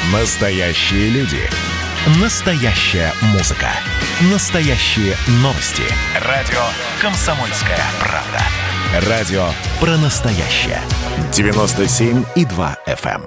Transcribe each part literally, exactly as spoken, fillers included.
Настоящие люди. Настоящая музыка. Настоящие новости. Радио «Комсомольская правда». Радио про настоящее. девяносто семь и два эф эм.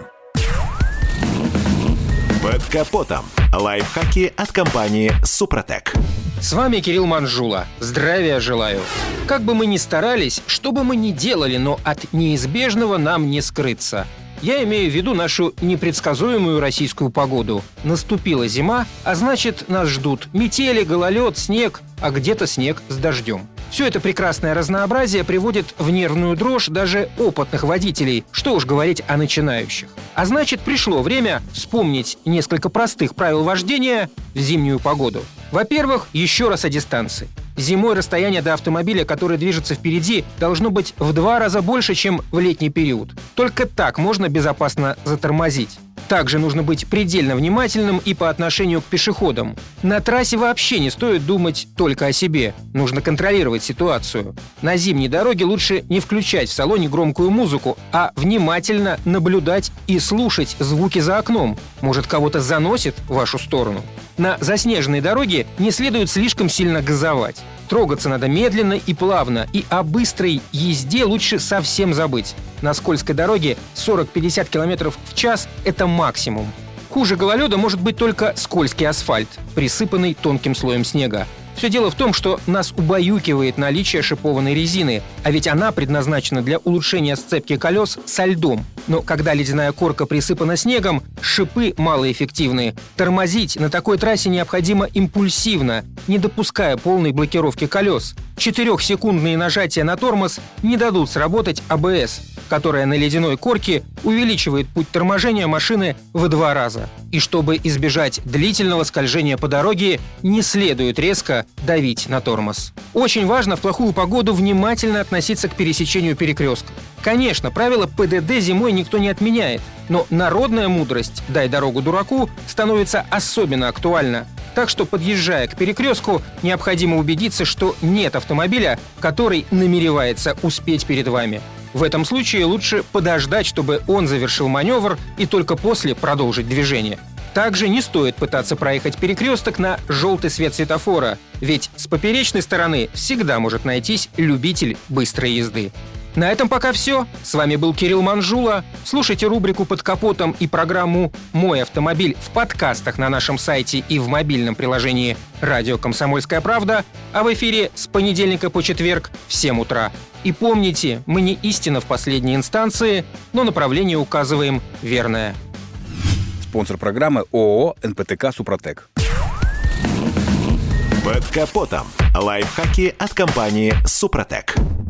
Под капотом. Лайфхаки от компании «Супротек». С вами Кирилл Манжула. Здравия желаю. Как бы мы ни старались, что бы мы ни делали, но от неизбежного нам не скрыться. Я имею в виду нашу непредсказуемую российскую погоду. Наступила зима, а значит, нас ждут метели, гололед, снег, а где-то снег с дождем. Все это прекрасное разнообразие приводит в нервную дрожь даже опытных водителей, что уж говорить о начинающих. А значит, пришло время вспомнить несколько простых правил вождения в зимнюю погоду. Во-первых, еще раз о дистанции. Зимой расстояние до автомобиля, который движется впереди, должно быть в два раза больше, чем в летний период. Только так можно безопасно затормозить. Также нужно быть предельно внимательным и по отношению к пешеходам. На трассе вообще не стоит думать только о себе. Нужно контролировать ситуацию. На зимней дороге лучше не включать в салоне громкую музыку, а внимательно наблюдать и слушать звуки за окном. Может, кого-то заносит в вашу сторону. На заснеженной дороге не следует слишком сильно газовать. Трогаться надо медленно и плавно, и о быстрой езде лучше совсем забыть. На скользкой дороге сорок-пятьдесят километров в час – это максимум. Хуже гололеда может быть только скользкий асфальт, присыпанный тонким слоем снега. Все дело в том, что нас убаюкивает наличие шипованной резины, а ведь она предназначена для улучшения сцепки колес со льдом. Но когда ледяная корка присыпана снегом, шипы малоэффективны. Тормозить на такой трассе необходимо импульсивно, не допуская полной блокировки колес. Четырехсекундные нажатия на тормоз не дадут сработать а бэ эс, которая на ледяной корке увеличивает путь торможения машины в два раза. И чтобы избежать длительного скольжения по дороге, не следует резко давить на тормоз. Очень важно в плохую погоду внимательно относиться к пересечению перекрестков. Конечно, правила пэ дэ дэ зимой никто не отменяет, но народная мудрость «дай дорогу дураку» становится особенно актуальна. Так что, подъезжая к перекрестку, необходимо убедиться, что нет автомобиля, который намеревается успеть перед вами. В этом случае лучше подождать, чтобы он завершил маневр, и только после продолжить движение. Также не стоит пытаться проехать перекресток на желтый свет светофора, ведь с поперечной стороны всегда может найтись любитель быстрой езды. На этом пока все. С вами был Кирилл Манжула. Слушайте рубрику «Под капотом» и программу «Мой автомобиль» в подкастах на нашем сайте и в мобильном приложении «Радио Комсомольская правда», а в эфире с понедельника по четверг в семь утра. И помните, мы не истина в последней инстанции, но направление указываем верное. Спонсор программы ООО эн пэ тэ ка «Супротек». Под капотом. Лайфхаки от компании «Супротек».